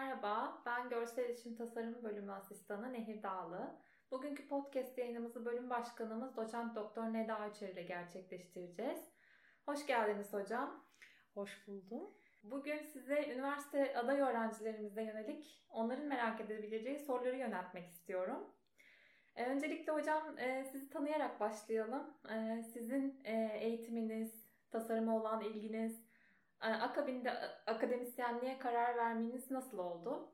Merhaba, ben Görsel İletişim Tasarım Bölümü Asistanı Nehir Dağlı. Bugünkü podcast yayınımızı bölüm başkanımız Doçent Doktor Neda Açar ile gerçekleştireceğiz. Hoş geldiniz hocam. Hoş buldum. Bugün size üniversite aday öğrencilerimize yönelik onların merak edebileceği soruları yöneltmek istiyorum. Öncelikle hocam sizi tanıyarak başlayalım. Sizin eğitiminiz, tasarıma olan ilginiz, akabinde akademisyenliğe karar vermeniz nasıl oldu?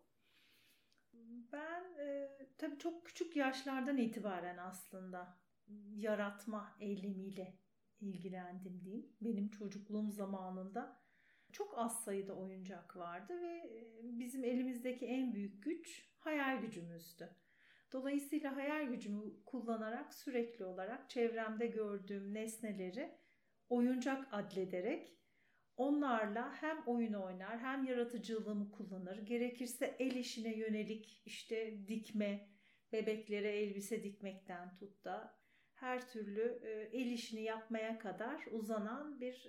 Ben tabii çok küçük yaşlardan itibaren aslında yaratma eylemiyle ilgilendim diyeyim. Benim çocukluğum zamanında çok az sayıda oyuncak vardı ve bizim elimizdeki en büyük güç hayal gücümüzdü. Dolayısıyla hayal gücümü kullanarak sürekli olarak çevremde gördüğüm nesneleri oyuncak adlederek onlarla hem oyun oynar hem yaratıcılığımı kullanır. Gerekirse el işine yönelik işte dikme, bebeklere elbise dikmekten tut da her türlü el işini yapmaya kadar uzanan bir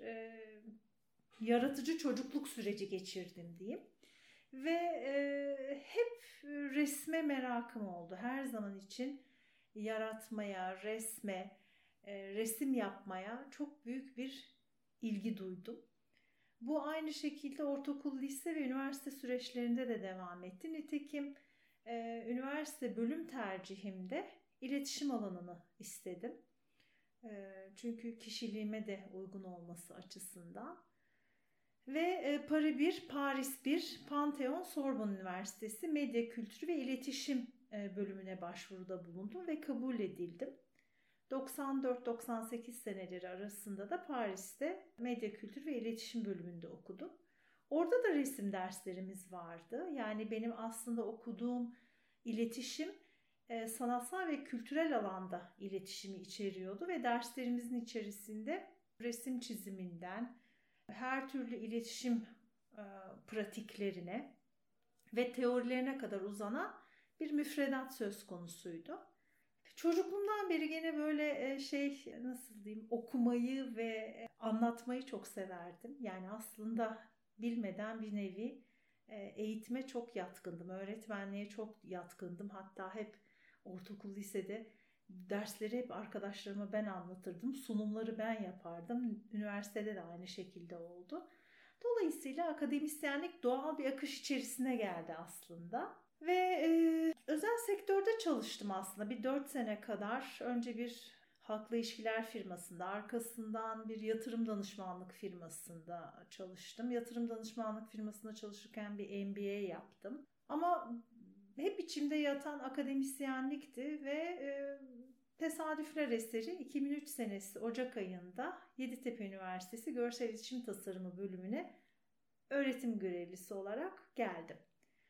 yaratıcı çocukluk süreci geçirdim diyeyim. Ve hep resme merakım oldu. Her zaman için yaratmaya, resim yapmaya çok büyük bir ilgi duydum. Bu aynı şekilde ortaokul, lise ve üniversite süreçlerinde de devam etti. Nitekim üniversite bölüm tercihimde iletişim alanını istedim. Çünkü kişiliğime de uygun olması açısından. Ve Paris 1 Pantheon Sorbonne Üniversitesi Medya Kültürü ve İletişim bölümüne başvuruda bulundum ve kabul edildim. 94-98 seneleri arasında da Paris'te Medya Kültürü ve İletişim bölümünde okudum. Orada da resim derslerimiz vardı. Yani benim aslında okuduğum iletişim sanatsal ve kültürel alanda iletişimi içeriyordu ve derslerimizin içerisinde resim çiziminden her türlü iletişim pratiklerine ve teorilerine kadar uzanan bir müfredat söz konusuydu. Çocukluğumdan beri gene böyle nasıl diyeyim, okumayı ve anlatmayı çok severdim. Yani aslında bilmeden bir nevi eğitime çok yatkındım. Öğretmenliğe çok yatkındım. Hatta hep ortaokul, lisede dersleri hep arkadaşlarıma ben anlatırdım. Sunumları ben yapardım. Üniversitede de aynı şekilde oldu. Dolayısıyla akademisyenlik doğal bir akış içerisine geldi aslında. Ve özel sektörde çalıştım aslında bir 4 sene kadar. Önce bir halkla ilişkiler firmasında, arkasından bir yatırım danışmanlık firmasında çalıştım. Yatırım danışmanlık firmasında çalışırken bir MBA yaptım. Ama hep içimde yatan akademisyenlikti ve tesadüfler eseri 2003 senesi Ocak ayında Yeditepe Üniversitesi Görsel İletişim Tasarımı bölümüne öğretim görevlisi olarak geldim.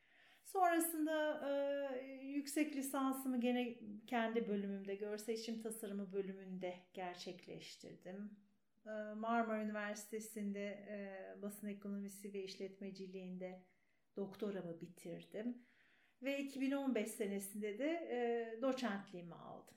Sonrasında yüksek lisansımı gene kendi bölümümde, Görsel İletişim Tasarımı bölümünde gerçekleştirdim. Marmara Üniversitesi'nde basın ekonomisi ve işletmeciliğinde doktoramı bitirdim. Ve 2015 senesinde de doçentliğimi aldım.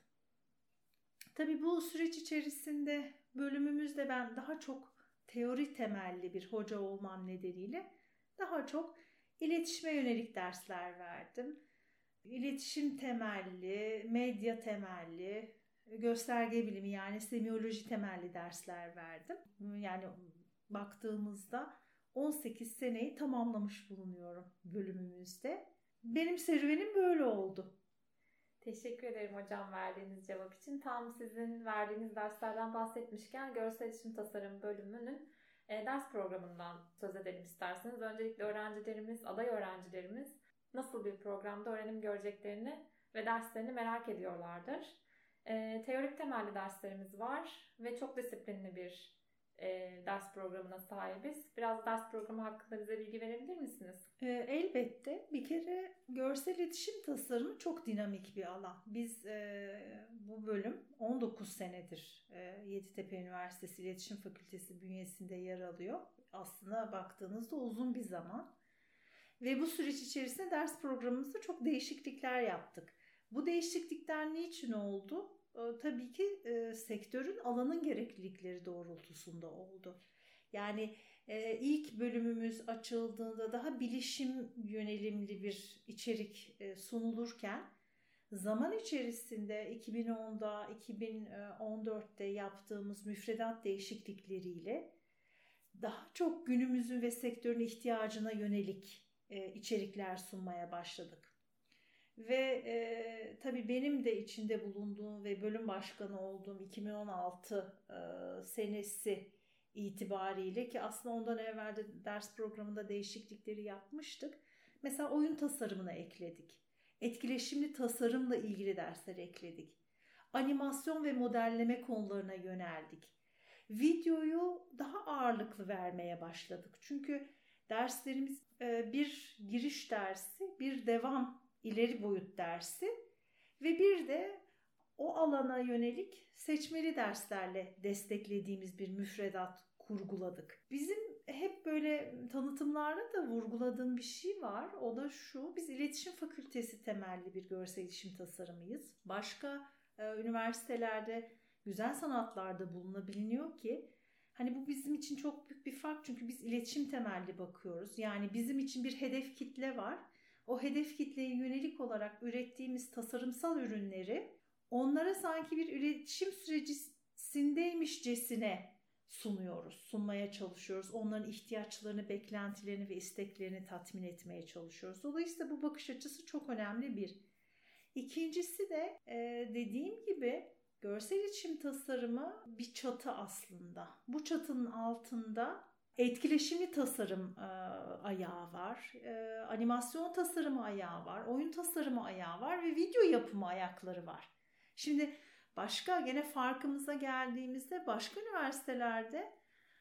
Tabii bu süreç içerisinde bölümümüzde ben daha çok teori temelli bir hoca olmam nedeniyle daha çok İletişime yönelik dersler verdim. İletişim temelli, medya temelli, gösterge bilimi yani semiyoloji temelli dersler verdim. Yani baktığımızda 18 seneyi tamamlamış bulunuyorum bölümümüzde. Benim serüvenim böyle oldu. Teşekkür ederim hocam verdiğiniz cevap için. Tam sizin verdiğiniz derslerden bahsetmişken Görsel İletişim Tasarım bölümünün ders programından söz edelim isterseniz. Öncelikle öğrencilerimiz, aday öğrencilerimiz nasıl bir programda öğrenim göreceklerini ve derslerini merak ediyorlardır. Teorik temelli derslerimiz var ve çok disiplinli bir ders programına sahibiz. Biraz ders programı hakkında bize bilgi verebilir misiniz? Elbette. Bir kere görsel iletişim tasarımı çok dinamik bir alan. Biz bu bölüm 19 senedir Yeditepe Üniversitesi İletişim Fakültesi bünyesinde yer alıyor. Aslında baktığınızda uzun bir zaman. Ve bu süreç içerisinde ders programımızda çok değişiklikler yaptık. Bu değişiklikler niçin oldu? Tabii ki sektörün, alanın gereklilikleri doğrultusunda oldu. Yani İlk bölümümüz açıldığında daha bilişim yönelimli bir içerik sunulurken zaman içerisinde 2010'da, 2014'te yaptığımız müfredat değişiklikleriyle daha çok günümüzün ve sektörün ihtiyacına yönelik içerikler sunmaya başladık. Ve tabii benim de içinde bulunduğum ve bölüm başkanı olduğum 2016 senesi itibariyle, ki aslında ondan evvel de ders programında değişiklikleri yapmıştık. Mesela oyun tasarımına ekledik. Etkileşimli tasarımla ilgili dersler ekledik. Animasyon ve modelleme konularına yöneldik. Videoyu daha ağırlıklı vermeye başladık. Çünkü derslerimiz bir giriş dersi, bir devam ileri boyut dersi ve bir de o alana yönelik seçmeli derslerle desteklediğimiz bir müfredat kurguladık. Bizim hep böyle tanıtımlarda da vurguladığım bir şey var. O da şu: biz iletişim fakültesi temelli bir görsel iletişim tasarımıyız. Başka üniversitelerde güzel sanatlarda bulunabiliyor ki hani bu bizim için çok büyük bir fark, çünkü biz iletişim temelli bakıyoruz. Yani bizim için bir hedef kitle var. O hedef kitleye yönelik olarak ürettiğimiz tasarımsal ürünleri onlara sanki bir iletişim sürecisindeymişcesine sunmaya çalışıyoruz. Onların ihtiyaçlarını, beklentilerini ve isteklerini tatmin etmeye çalışıyoruz. Dolayısıyla bu bakış açısı çok önemli bir. İkincisi de dediğim gibi görsel iletişim tasarımı bir çatı aslında. Bu çatının altında etkileşimli tasarım ayağı var, animasyon tasarımı ayağı var, oyun tasarımı ayağı var ve video yapımı ayakları var. Şimdi başka, gene farkımıza geldiğimizde, başka üniversitelerde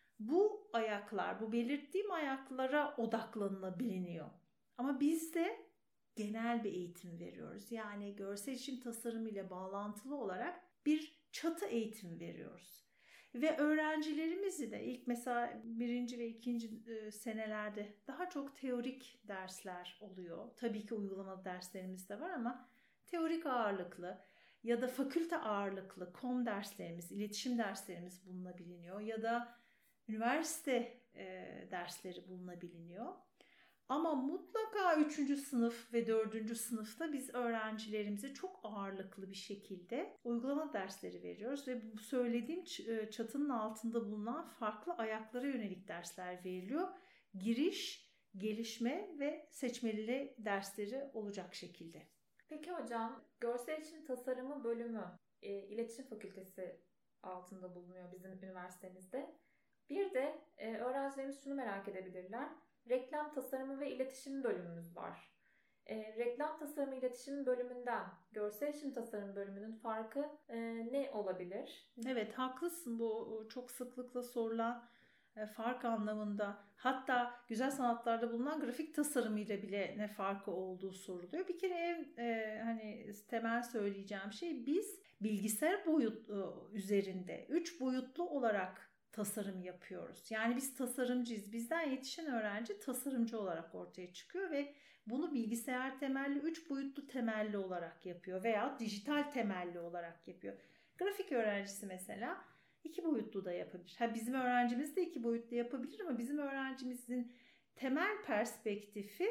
bu ayaklar, bu belirttiğim ayaklara odaklanılabiliyor. Ama biz de genel bir eğitim veriyoruz. Yani görsel iletişim tasarımı ile bağlantılı olarak bir çatı eğitim veriyoruz. Ve öğrencilerimizi de ilk mesela 1. ve 2. senelerde daha çok teorik dersler oluyor. Tabii ki uygulamalı derslerimiz de var ama teorik ağırlıklı ya da fakülte ağırlıklı kom derslerimiz, iletişim derslerimiz bulunabiliyor ya da üniversite dersleri bulunabiliyor. Ama mutlaka 3. sınıf ve 4. sınıfta biz öğrencilerimize çok ağırlıklı bir şekilde uygulama dersleri veriyoruz ve bu söylediğim çatının altında bulunan farklı ayaklara yönelik dersler veriliyor. Giriş, gelişme ve seçmeli dersleri olacak şekilde. Peki hocam, görsel iletişim tasarımı bölümü iletişim fakültesi altında bulunuyor bizim üniversitemizde. Bir de öğrencilerimiz şunu merak edebilirler. Reklam tasarımı ve iletişim bölümümüz var. Reklam tasarımı iletişim bölümünden görsel iletişim tasarım bölümünün farkı ne olabilir? Evet, haklısın. Bu çok sıklıkla sorulan fark anlamında. Hatta güzel sanatlarda bulunan grafik tasarımıyla bile ne farkı olduğu soruluyor. Bir kere hani temel söyleyeceğim şey, biz bilgisayar üzerinde 3 boyutlu olarak tasarım yapıyoruz. Yani biz tasarımcıyız. Bizden yetişen öğrenci tasarımcı olarak ortaya çıkıyor ve bunu bilgisayar temelli, 3 boyutlu temelli olarak yapıyor veya dijital temelli olarak yapıyor. Grafik öğrencisi mesela 2 boyutlu da yapabilir. Bizim öğrencimiz de 2 boyutlu yapabilir ama bizim öğrencimizin temel perspektifi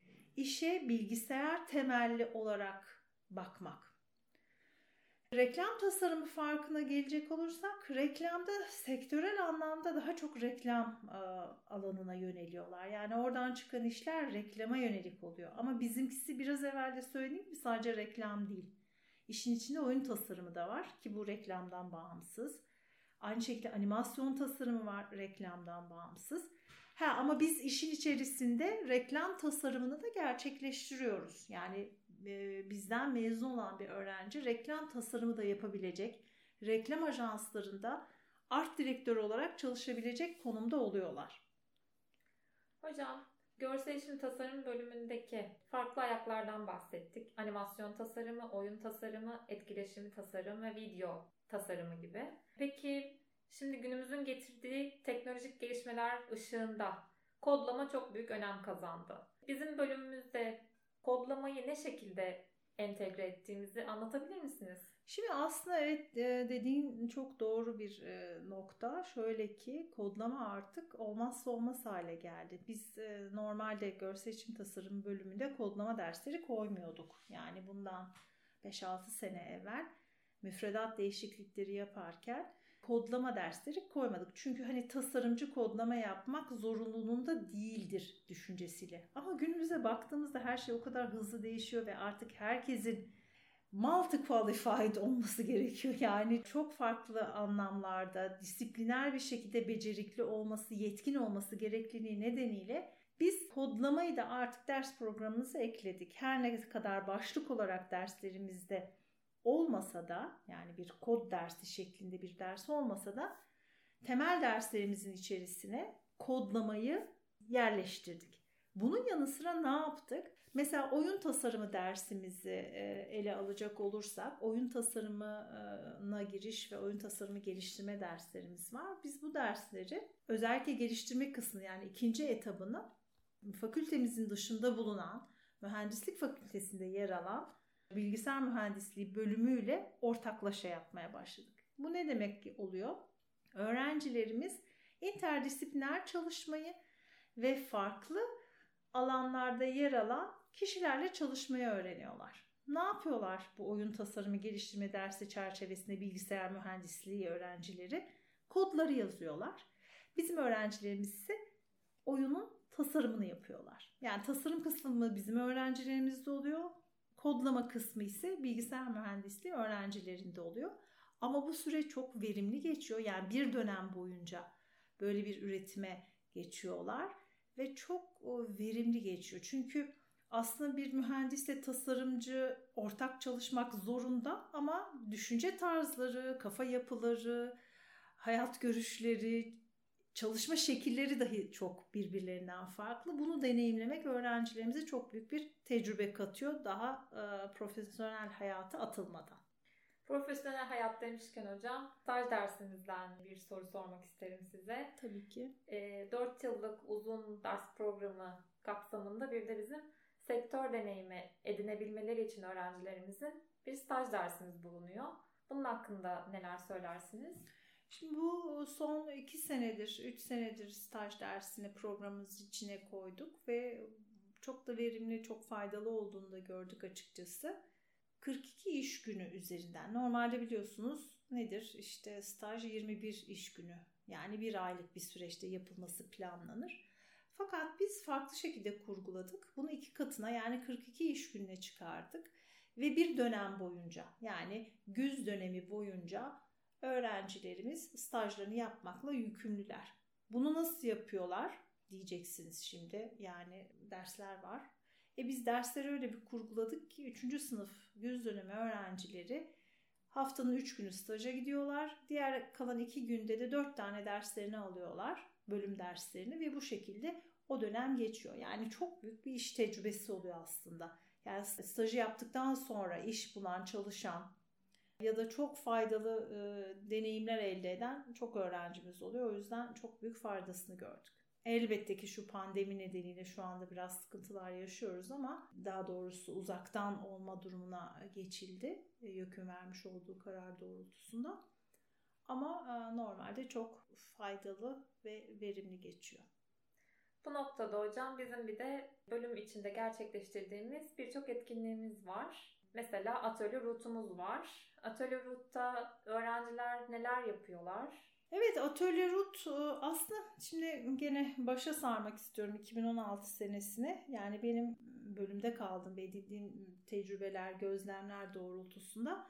işe bilgisayar temelli olarak bakmak. Reklam tasarımı farkına gelecek olursak, reklamda sektörel anlamda daha çok reklam alanına yöneliyorlar. Yani oradan çıkan işler reklama yönelik oluyor. Ama bizimkisi biraz evvel de söylediğim gibi sadece reklam değil. İşin içinde oyun tasarımı da var ki bu reklamdan bağımsız. Aynı şekilde animasyon tasarımı var, reklamdan bağımsız. Ama biz işin içerisinde reklam tasarımını da gerçekleştiriyoruz. Yani bizden mezun olan bir öğrenci reklam tasarımı da yapabilecek, reklam ajanslarında art direktörü olarak çalışabilecek konumda oluyorlar. Hocam, görsel iletişim tasarım bölümündeki farklı ayaklardan bahsettik. Animasyon tasarımı, oyun tasarımı, etkileşim tasarım ve video tasarımı gibi. Peki şimdi günümüzün getirdiği teknolojik gelişmeler ışığında kodlama çok büyük önem kazandı. Bizim bölümümüzde kodlamayı ne şekilde entegre ettiğimizi anlatabilir misiniz? Şimdi aslında evet, dediğin çok doğru bir nokta. Şöyle ki kodlama artık olmazsa olmaz hale geldi. Biz normalde görsel iletişim tasarım bölümünde kodlama dersleri koymuyorduk. Yani bundan 5-6 sene evvel müfredat değişiklikleri yaparken kodlama dersleri koymadık. Çünkü hani tasarımcı kodlama yapmak zorunluluğunda değildir düşüncesiyle. Ama günümüze baktığımızda her şey o kadar hızlı değişiyor ve artık herkesin multi-qualified olması gerekiyor. Yani çok farklı anlamlarda disipliner bir şekilde becerikli olması, yetkin olması gerekliliği nedeniyle biz kodlamayı da artık ders programımıza ekledik. Her ne kadar başlık olarak derslerimizde olmasa da, yani bir kod dersi şeklinde bir ders olmasa da temel derslerimizin içerisine kodlamayı yerleştirdik. Bunun yanı sıra ne yaptık? Mesela oyun tasarımı dersimizi ele alacak olursak, oyun tasarımına giriş ve oyun tasarımı geliştirme derslerimiz var. Biz bu dersleri özellikle geliştirme kısmını, yani ikinci etabını fakültemizin dışında bulunan, mühendislik fakültesinde yer alan bilgisayar mühendisliği bölümüyle ortaklaşa yapmaya başladık. Bu ne demek oluyor? Öğrencilerimiz interdisipliner çalışmayı ve farklı alanlarda yer alan kişilerle çalışmayı öğreniyorlar. Ne yapıyorlar bu oyun tasarımı geliştirme dersi çerçevesinde bilgisayar mühendisliği öğrencileri? Kodları yazıyorlar. Bizim öğrencilerimiz ise oyunun tasarımını yapıyorlar. Yani tasarım kısmı bizim öğrencilerimizde oluyor. Kodlama kısmı ise bilgisayar mühendisliği öğrencilerinde oluyor. Ama bu süre çok verimli geçiyor. Yani bir dönem boyunca böyle bir üretime geçiyorlar ve çok verimli geçiyor. Çünkü aslında bir mühendisle tasarımcı ortak çalışmak zorunda ama düşünce tarzları, kafa yapıları, hayat görüşleri, çalışma şekilleri dahi çok birbirlerinden farklı. Bunu deneyimlemek öğrencilerimize çok büyük bir tecrübe katıyor daha profesyonel hayata atılmadan. Profesyonel hayat demişken hocam, staj dersinizden bir soru sormak isterim size. Tabii ki. 4 yıllık uzun ders programı kapsamında bir de bizim sektör deneyimi edinebilmeleri için öğrencilerimizin bir staj dersimiz bulunuyor. Bunun hakkında neler söylersiniz? Şimdi bu son 2 senedir, 3 senedir staj dersini programımız içine koyduk ve çok da verimli, çok faydalı olduğunu da gördük açıkçası. 42 iş günü üzerinden. Normalde biliyorsunuz nedir? İşte staj 21 iş günü. Yani bir aylık bir süreçte yapılması planlanır. Fakat biz farklı şekilde kurguladık. Bunu 2 katına, yani 42 iş gününe çıkardık. Ve bir dönem boyunca, yani güz dönemi boyunca öğrencilerimiz stajlarını yapmakla yükümlüler. Bunu nasıl yapıyorlar diyeceksiniz şimdi. Yani dersler var. Biz dersleri öyle bir kurguladık ki 3. sınıf güz dönemi öğrencileri haftanın 3 günü staja gidiyorlar. Diğer kalan 2 günde de 4 tane derslerini alıyorlar. Bölüm derslerini ve bu şekilde o dönem geçiyor. Yani çok büyük bir iş tecrübesi oluyor aslında. Yani stajı yaptıktan sonra iş bulan, çalışan ya da çok faydalı deneyimler elde eden çok öğrencimiz oluyor. O yüzden çok büyük faydasını gördük. Elbette ki şu pandemi nedeniyle şu anda biraz sıkıntılar yaşıyoruz ama daha doğrusu uzaktan olma durumuna geçildi. YÖK'ün vermiş olduğu karar doğrultusunda. Ama normalde çok faydalı ve verimli geçiyor. Bu noktada hocam bizim bir de bölüm içinde gerçekleştirdiğimiz birçok etkinliğimiz var. Mesela atölye rutumuz var. Atölye rutta öğrenciler neler yapıyorlar? Evet, Atölye Rut aslında şimdi gene başa sarmak istiyorum 2016 senesine. Yani benim bölümde kaldım ve edindiğim tecrübeler, gözlemler doğrultusunda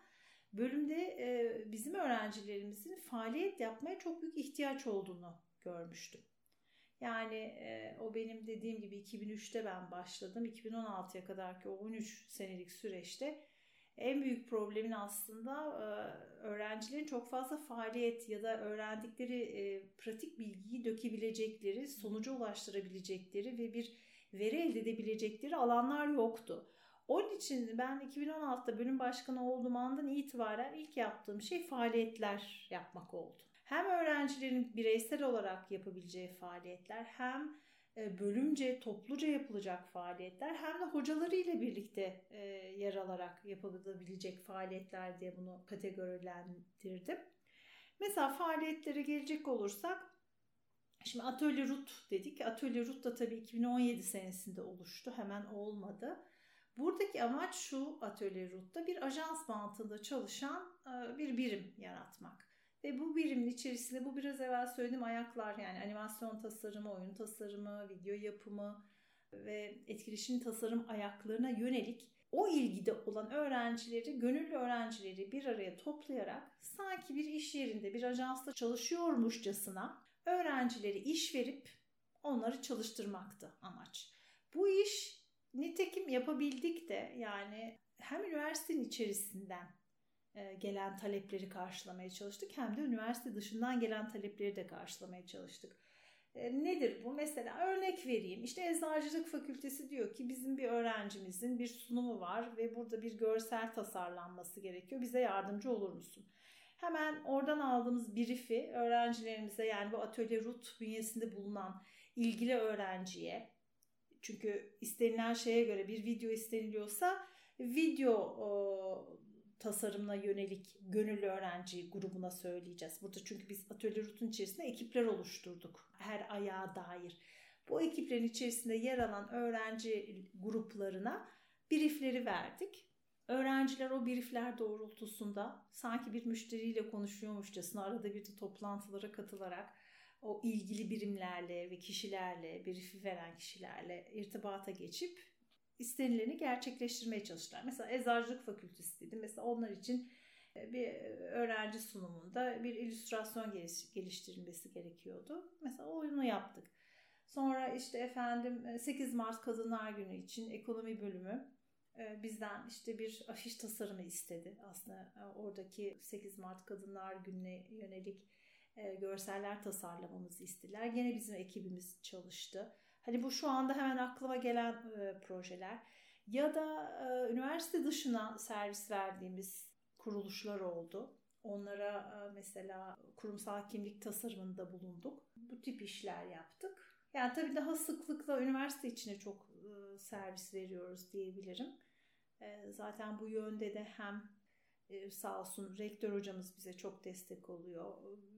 bölümde bizim öğrencilerimizin faaliyet yapmaya çok büyük ihtiyaç olduğunu görmüştüm. Yani o benim dediğim gibi 2003'te ben başladım. 2016'ya kadarki o 13 senelik süreçte en büyük problemin aslında öğrencilerin çok fazla faaliyet ya da öğrendikleri pratik bilgiyi dökebilecekleri, sonuca ulaştırabilecekleri ve bir veri elde edebilecekleri alanlar yoktu. Onun için ben 2016'da bölüm başkanı olduğum andan itibaren ilk yaptığım şey faaliyetler yapmak oldu. Hem öğrencilerin bireysel olarak yapabileceği faaliyetler hem bölümce, topluca yapılacak faaliyetler hem de hocalarıyla birlikte yer alarak yapılabilecek faaliyetler diye bunu kategorilendirdim. Mesela faaliyetlere gelecek olursak, şimdi Atölye RUT dedik. Atölye RUT da tabii 2017 senesinde oluştu. Hemen olmadı. Buradaki amaç şu, Atölye RUT'ta bir ajans mantığında çalışan bir birim yaratmak. Ve bu birimin içerisinde bu biraz evvel söylediğim ayaklar, yani animasyon tasarımı, oyun tasarımı, video yapımı ve etkileşim tasarım ayaklarına yönelik o ilgide olan öğrencileri, gönüllü öğrencileri bir araya toplayarak sanki bir iş yerinde, bir ajansta çalışıyormuşçasına öğrencileri iş verip onları çalıştırmaktı amaç. Bu iş nitekim yapabildik de, yani hem üniversitenin içerisinden gelen talepleri karşılamaya çalıştık hem de üniversite dışından gelen talepleri de karşılamaya çalıştık. Nedir bu? Mesela örnek vereyim. İşte Eczacılık Fakültesi diyor ki bizim bir öğrencimizin bir sunumu var ve burada bir görsel tasarlanması gerekiyor. Bize yardımcı olur musun? Hemen oradan aldığımız brief'i öğrencilerimize, yani bu Atölye RUT bünyesinde bulunan ilgili öğrenciye, çünkü istenilen şeye göre bir video isteniliyorsa video tasarımına yönelik gönüllü öğrenci grubuna söyleyeceğiz. Burada çünkü biz Atölye RUT'un içerisinde ekipler oluşturduk her ayağa dair. Bu ekiplerin içerisinde yer alan öğrenci gruplarına briefleri verdik. Öğrenciler o briefler doğrultusunda sanki bir müşteriyle konuşuyormuşçasına arada bir de toplantılara katılarak o ilgili birimlerle ve kişilerle, brief'i veren kişilerle irtibata geçip istenileni gerçekleştirmeye çalıştılar. Mesela Eczacılık Fakültesi dedim. Mesela onlar için bir öğrenci sunumunda bir illüstrasyon geliştirilmesi gerekiyordu. Mesela oyunu yaptık. Sonra işte 8 Mart Kadınlar Günü için ekonomi bölümü bizden işte bir afiş tasarımı istedi. Aslında oradaki 8 Mart Kadınlar Günü'ne yönelik görseller tasarlamamızı istediler. Gene bizim ekibimiz çalıştı. Hani bu şu anda hemen aklıma gelen projeler. Ya da üniversite dışına servis verdiğimiz kuruluşlar oldu. Onlara mesela kurumsal kimlik tasarımında bulunduk. Bu tip işler yaptık. Yani tabii daha sıklıkla üniversite içine çok servis veriyoruz diyebilirim. Zaten bu yönde de hem sağ olsun rektör hocamız bize çok destek oluyor.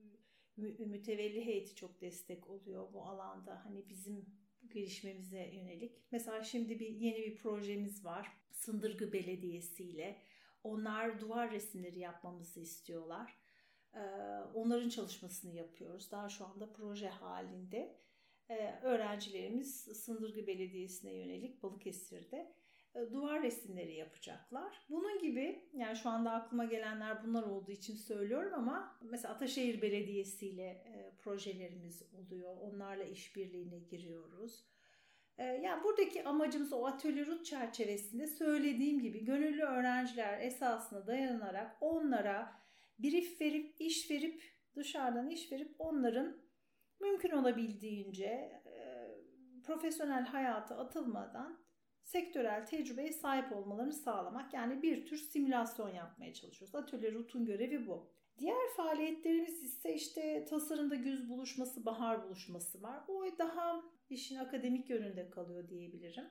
Mütevelli heyeti çok destek oluyor bu alanda. Hani bizim gelişmemize yönelik. Mesela şimdi yeni bir projemiz var. Sındırgı Belediyesi ile. Onlar duvar resimleri yapmamızı istiyorlar. Onların çalışmasını yapıyoruz. Daha şu anda proje halinde. Öğrencilerimiz Sındırgı Belediyesi'ne yönelik Balıkesir'de duvar resimleri yapacaklar. Bunun gibi, yani şu anda aklıma gelenler bunlar olduğu için söylüyorum ama mesela Ataşehir Belediyesi ile projelerimiz oluyor. Onlarla işbirliğine giriyoruz. Yani buradaki amacımız o Atölye RUT çerçevesinde söylediğim gibi gönüllü öğrenciler esasına dayanarak onlara brief verip, iş verip, dışarıdan iş verip onların mümkün olabildiğince profesyonel hayata atılmadan sektörel tecrübeye sahip olmalarını sağlamak. Yani bir tür simülasyon yapmaya çalışıyoruz. Atölye RUT'un görevi bu. Diğer faaliyetlerimiz ise işte tasarımda güz buluşması, bahar buluşması var. O daha işin akademik yönünde kalıyor diyebilirim.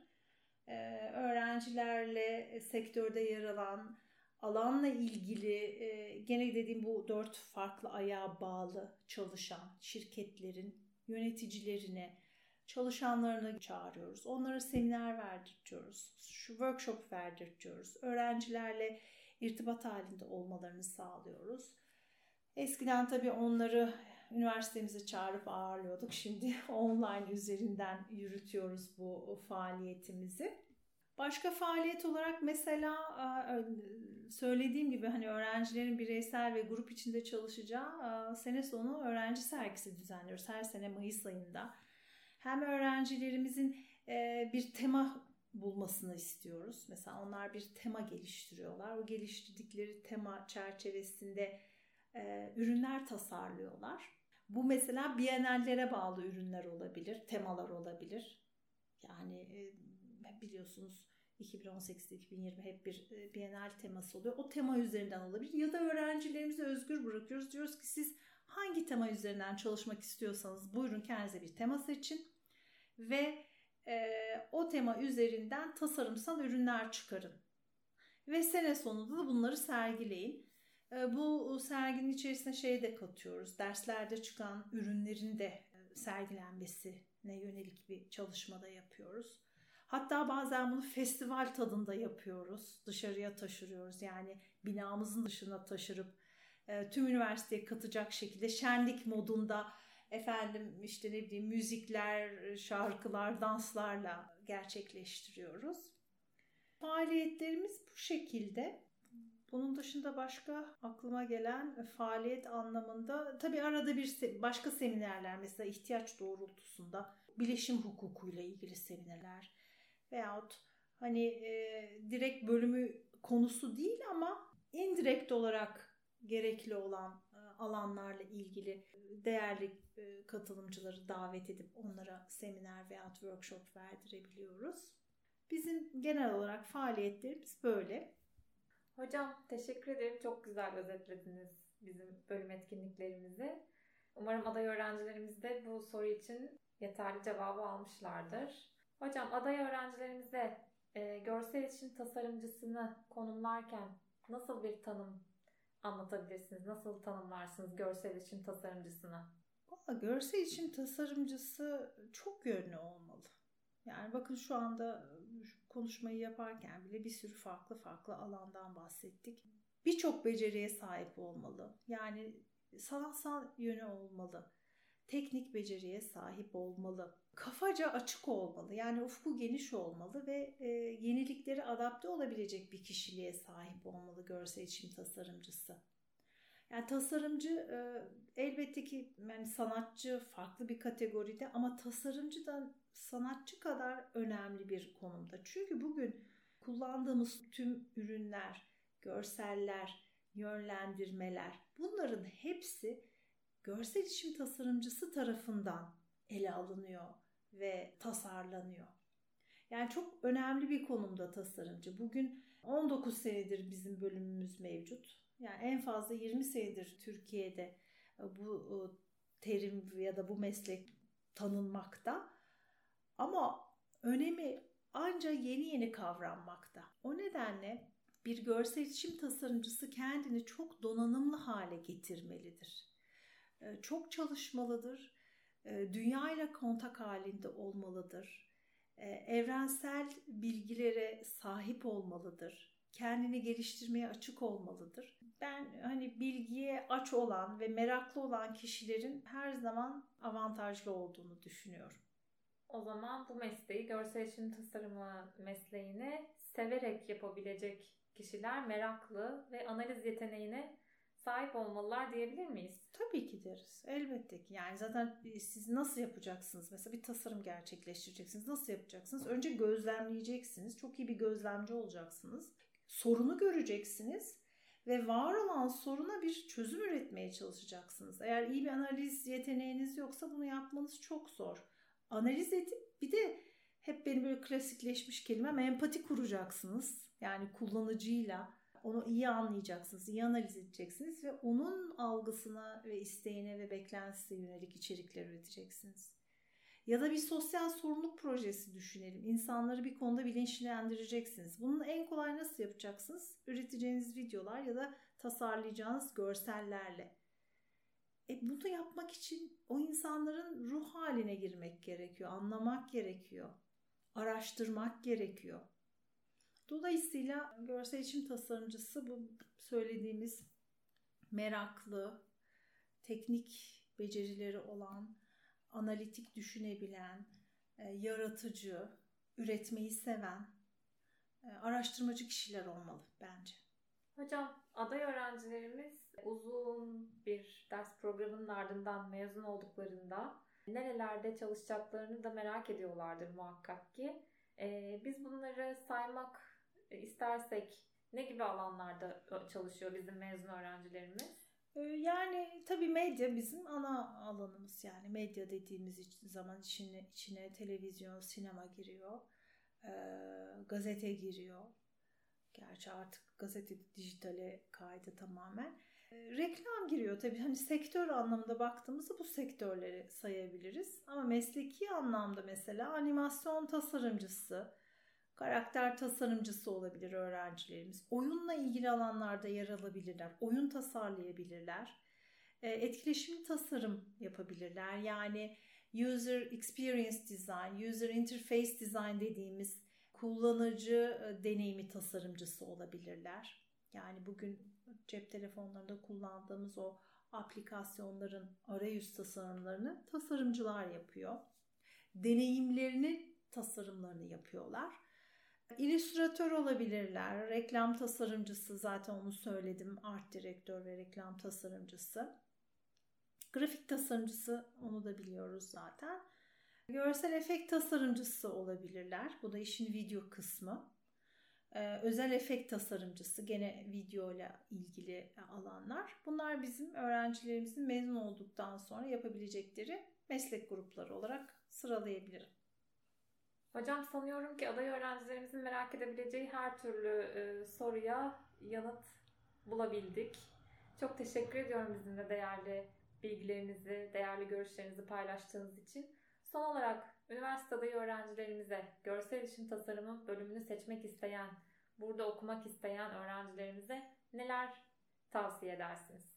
Öğrencilerle sektörde yer alan, alanla ilgili gene dediğim bu 4 farklı ayağa bağlı çalışan şirketlerin yöneticilerine, çalışanlarını çağırıyoruz. Onlara seminer verdirtiyoruz. Workshop verdirtiyoruz. Öğrencilerle irtibat halinde olmalarını sağlıyoruz. Eskiden tabii onları üniversitemize çağırıp ağırlıyorduk. Şimdi online üzerinden yürütüyoruz bu faaliyetimizi. Başka faaliyet olarak mesela söylediğim gibi hani öğrencilerin bireysel ve grup içinde çalışacağı sene sonu öğrenci sergisi düzenliyoruz. Her sene Mayıs ayında. Hem öğrencilerimizin bir tema bulmasını istiyoruz. Mesela onlar bir tema geliştiriyorlar. O geliştirdikleri tema çerçevesinde ürünler tasarlıyorlar. Bu mesela bienallere bağlı ürünler olabilir, temalar olabilir. Yani biliyorsunuz 2018-2020 hep bir bienal teması oluyor. O tema üzerinden olabilir. Ya da öğrencilerimizi özgür bırakıyoruz. Diyoruz ki siz hangi tema üzerinden çalışmak istiyorsanız buyurun kendinize bir tema seçin. ve o tema üzerinden tasarımsal ürünler çıkarın. Ve sene sonunda da bunları sergileyin. Bu serginin içerisine şey de katıyoruz. Derslerde çıkan ürünlerin de sergilenmesine yönelik bir çalışmada yapıyoruz. Hatta bazen bunu festival tadında yapıyoruz. Dışarıya taşırıyoruz. Yani binamızın dışına taşırıp tüm üniversiteye katacak şekilde şenlik modunda işte ne bileyim müzikler, şarkılar, danslarla gerçekleştiriyoruz. Faaliyetlerimiz bu şekilde. Bunun dışında başka aklıma gelen faaliyet anlamında tabii arada bir başka seminerler, mesela ihtiyaç doğrultusunda bileşim hukukuyla ilgili seminerler veyahut hani direkt bölümü konusu değil ama indirekt olarak gerekli olan alanlarla ilgili değerli katılımcıları davet edip onlara seminer veyahut workshop verdirebiliyoruz. Bizim genel olarak faaliyetlerimiz böyle. Hocam teşekkür ederim. Çok güzel özetlediniz bizim bölüm etkinliklerimizi. Umarım aday öğrencilerimiz de bu soru için yeterli cevabı almışlardır. Hocam aday öğrencilerimize görsel iletişim tasarımcısını konumlarken nasıl bir tanım anlatabilirsiniz? Nasıl tanımlarsınız görsel iletişim tasarımcısını? Görsel iletişim tasarımcısı çok yönlü olmalı. Yani bakın şu anda konuşmayı yaparken bile bir sürü farklı alandan bahsettik. Birçok beceriye sahip olmalı. Yani sanatsal yönü olmalı. Teknik beceriye sahip olmalı. Kafaca açık olmalı. Yani ufku geniş olmalı ve yeniliklere adapte olabilecek bir kişiliğe sahip olmalı görsel iletişim tasarımcısı. Yani tasarımcı elbette ki yani sanatçı farklı bir kategoride ama tasarımcı da sanatçı kadar önemli bir konumda. Çünkü bugün kullandığımız tüm ürünler, görseller, yönlendirmeler, bunların hepsi görsel iletişim tasarımcısı tarafından ele alınıyor ve tasarlanıyor. Yani çok önemli bir konumda tasarımcı. Bugün 19 senedir bizim bölümümüz mevcut. Yani en fazla 20 senedir Türkiye'de bu terim ya da bu meslek tanınmakta. Ama önemi ancak yeni kavranmakta. O nedenle bir görsel iletişim tasarımcısı kendini çok donanımlı hale getirmelidir. Çok çalışmalıdır. Dünyayla kontak halinde olmalıdır. Evrensel bilgilere sahip olmalıdır. Kendini geliştirmeye açık olmalıdır. Ben hani bilgiye aç olan ve meraklı olan kişilerin her zaman avantajlı olduğunu düşünüyorum. O zaman bu mesleği, görsel iletişim tasarımı mesleğini severek yapabilecek kişiler meraklı ve analiz yeteneğine sahip olmalılar diyebilir miyiz? Tabii ki deriz. Elbette ki. Yani zaten siz nasıl yapacaksınız? Mesela bir tasarım gerçekleştireceksiniz. Nasıl yapacaksınız? Önce gözlemleyeceksiniz. Çok iyi bir gözlemci olacaksınız. Sorunu göreceksiniz ve var olan soruna bir çözüm üretmeye çalışacaksınız. Eğer iyi bir analiz yeteneğiniz yoksa bunu yapmanız çok zor. Analiz edip bir de hep benim böyle klasikleşmiş kelimem empati kuracaksınız. Yani kullanıcıyla onu iyi anlayacaksınız, iyi analiz edeceksiniz ve onun algısına ve isteğine ve beklentisine yönelik içerikler üreteceksiniz. Ya da bir sosyal sorumluluk projesi düşünelim. İnsanları bir konuda bilinçlendireceksiniz. Bunu en kolay nasıl yapacaksınız? Üreteceğiniz videolar ya da tasarlayacağınız görsellerle. Bunu yapmak için o insanların ruh haline girmek gerekiyor, anlamak gerekiyor, araştırmak gerekiyor. Dolayısıyla görsel iletişim tasarımcısı bu söylediğimiz meraklı, teknik becerileri olan, analitik düşünebilen, yaratıcı, üretmeyi seven, araştırmacı kişiler olmalı bence. Hocam aday öğrencilerimiz uzun bir ders programının ardından mezun olduklarında nerelerde çalışacaklarını da merak ediyorlardır muhakkak ki. Biz bunları saymak istersek ne gibi alanlarda çalışıyor bizim mezun öğrencilerimiz? Yani tabii medya bizim ana alanımız. Yani medya dediğimiz zaman içine televizyon, sinema giriyor, gazete giriyor. Gerçi artık gazete dijitale kaydı tamamen. Reklam giriyor tabii. Hani sektör anlamında baktığımızda bu sektörleri sayabiliriz. Ama mesleki anlamda mesela animasyon tasarımcısı, karakter tasarımcısı olabilir öğrencilerimiz. Oyunla ilgili alanlarda yer alabilirler. Oyun tasarlayabilirler. Etkileşimli tasarım yapabilirler. Yani user experience design, user interface design dediğimiz kullanıcı deneyimi tasarımcısı olabilirler. Yani bugün cep telefonlarında kullandığımız o aplikasyonların arayüz tasarımlarını tasarımcılar yapıyor. Deneyimlerini, tasarımlarını yapıyorlar. İllüstratör olabilirler, reklam tasarımcısı, zaten onu söyledim, art direktör ve reklam tasarımcısı. Grafik tasarımcısı, onu da biliyoruz zaten. Görsel efekt tasarımcısı olabilirler. Bu da işin video kısmı. Özel efekt tasarımcısı, gene video ile ilgili alanlar. Bunlar bizim öğrencilerimizin mezun olduktan sonra yapabilecekleri meslek grupları olarak sıralayabilirim. Hocam sanıyorum ki aday öğrencilerimizin merak edebileceği her türlü soruya yanıt bulabildik. Çok teşekkür ediyorum bizimle değerli bilgilerinizi, değerli görüşlerinizi paylaştığınız için. Son olarak üniversite adayı öğrencilerimize, görsel iletişim tasarımı bölümünü seçmek isteyen, burada okumak isteyen öğrencilerimize neler tavsiye edersiniz?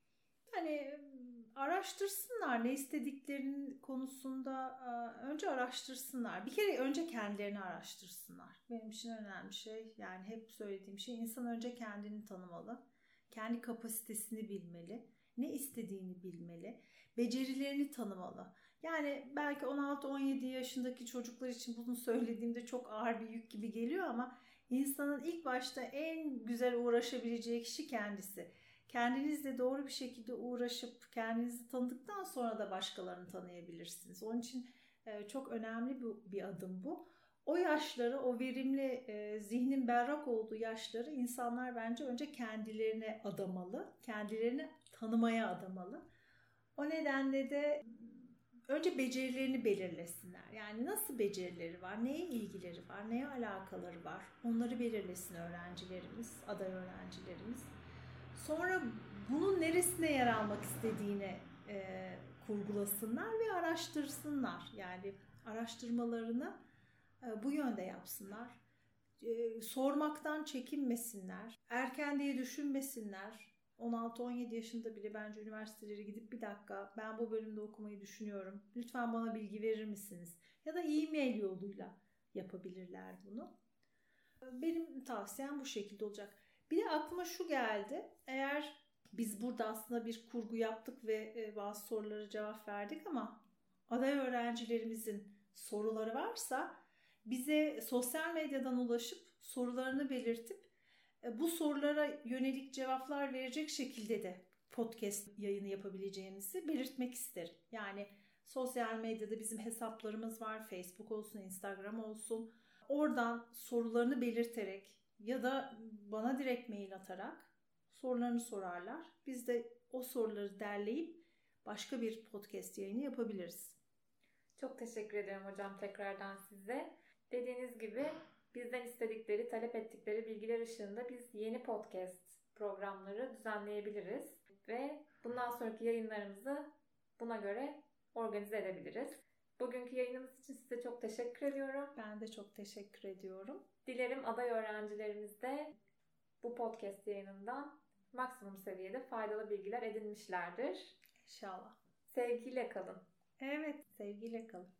Yani araştırsınlar, ne istediklerinin konusunda önce araştırsınlar. Bir kere önce kendilerini araştırsınlar. Benim için önemli şey, yani hep söylediğim şey, insan önce kendini tanımalı. Kendi kapasitesini bilmeli. Ne istediğini bilmeli. Becerilerini tanımalı. Yani belki 16-17 yaşındaki çocuklar için bunu söylediğimde çok ağır bir yük gibi geliyor ama insanın ilk başta en güzel uğraşabileceği kişi kendisi. Kendinizle doğru bir şekilde uğraşıp kendinizi tanıdıktan sonra da başkalarını tanıyabilirsiniz. Onun için çok önemli bir adım bu. O yaşları, o verimli, zihnin berrak olduğu yaşları insanlar bence önce kendilerine adamalı. Kendilerini tanımaya adamalı. O nedenle de önce becerilerini belirlesinler. Yani nasıl becerileri var, neye ilgileri var, neye alakaları var, onları belirlesin öğrencilerimiz, aday öğrencilerimiz. Sonra bunun neresine yer almak istediğini kurgulasınlar ve araştırsınlar. Yani araştırmalarını bu yönde yapsınlar. Sormaktan çekinmesinler. Erken diye düşünmesinler. 16-17 yaşında bile bence üniversitelere gidip bir dakika, ben bu bölümde okumayı düşünüyorum, lütfen bana bilgi verir misiniz? Ya da e-mail yoluyla yapabilirler bunu. Benim tavsiyem bu şekilde olacak. Bir de aklıma şu geldi. Eğer biz burada aslında bir kurgu yaptık ve bazı sorulara cevap verdik ama aday öğrencilerimizin soruları varsa bize sosyal medyadan ulaşıp sorularını belirtip bu sorulara yönelik cevaplar verecek şekilde de podcast yayını yapabileceğimizi belirtmek isterim. Yani sosyal medyada bizim hesaplarımız var. Facebook olsun, Instagram olsun. Oradan sorularını belirterek ya da bana direkt mail atarak sorularını sorarlar. Biz de o soruları derleyip başka bir podcast yayını yapabiliriz. Çok teşekkür ederim hocam tekrardan size. Dediğiniz gibi bizden istedikleri, talep ettikleri bilgiler ışığında biz yeni podcast programları düzenleyebiliriz. Ve bundan sonraki yayınlarımızı buna göre organize edebiliriz. Bugünkü yayınımız için size çok teşekkür ediyorum. Ben de çok teşekkür ediyorum. Dilerim aday öğrencilerimiz de bu podcast yayınından maksimum seviyede faydalı bilgiler edinmişlerdir. İnşallah. Sevgiyle kalın. Evet, sevgiyle kalın.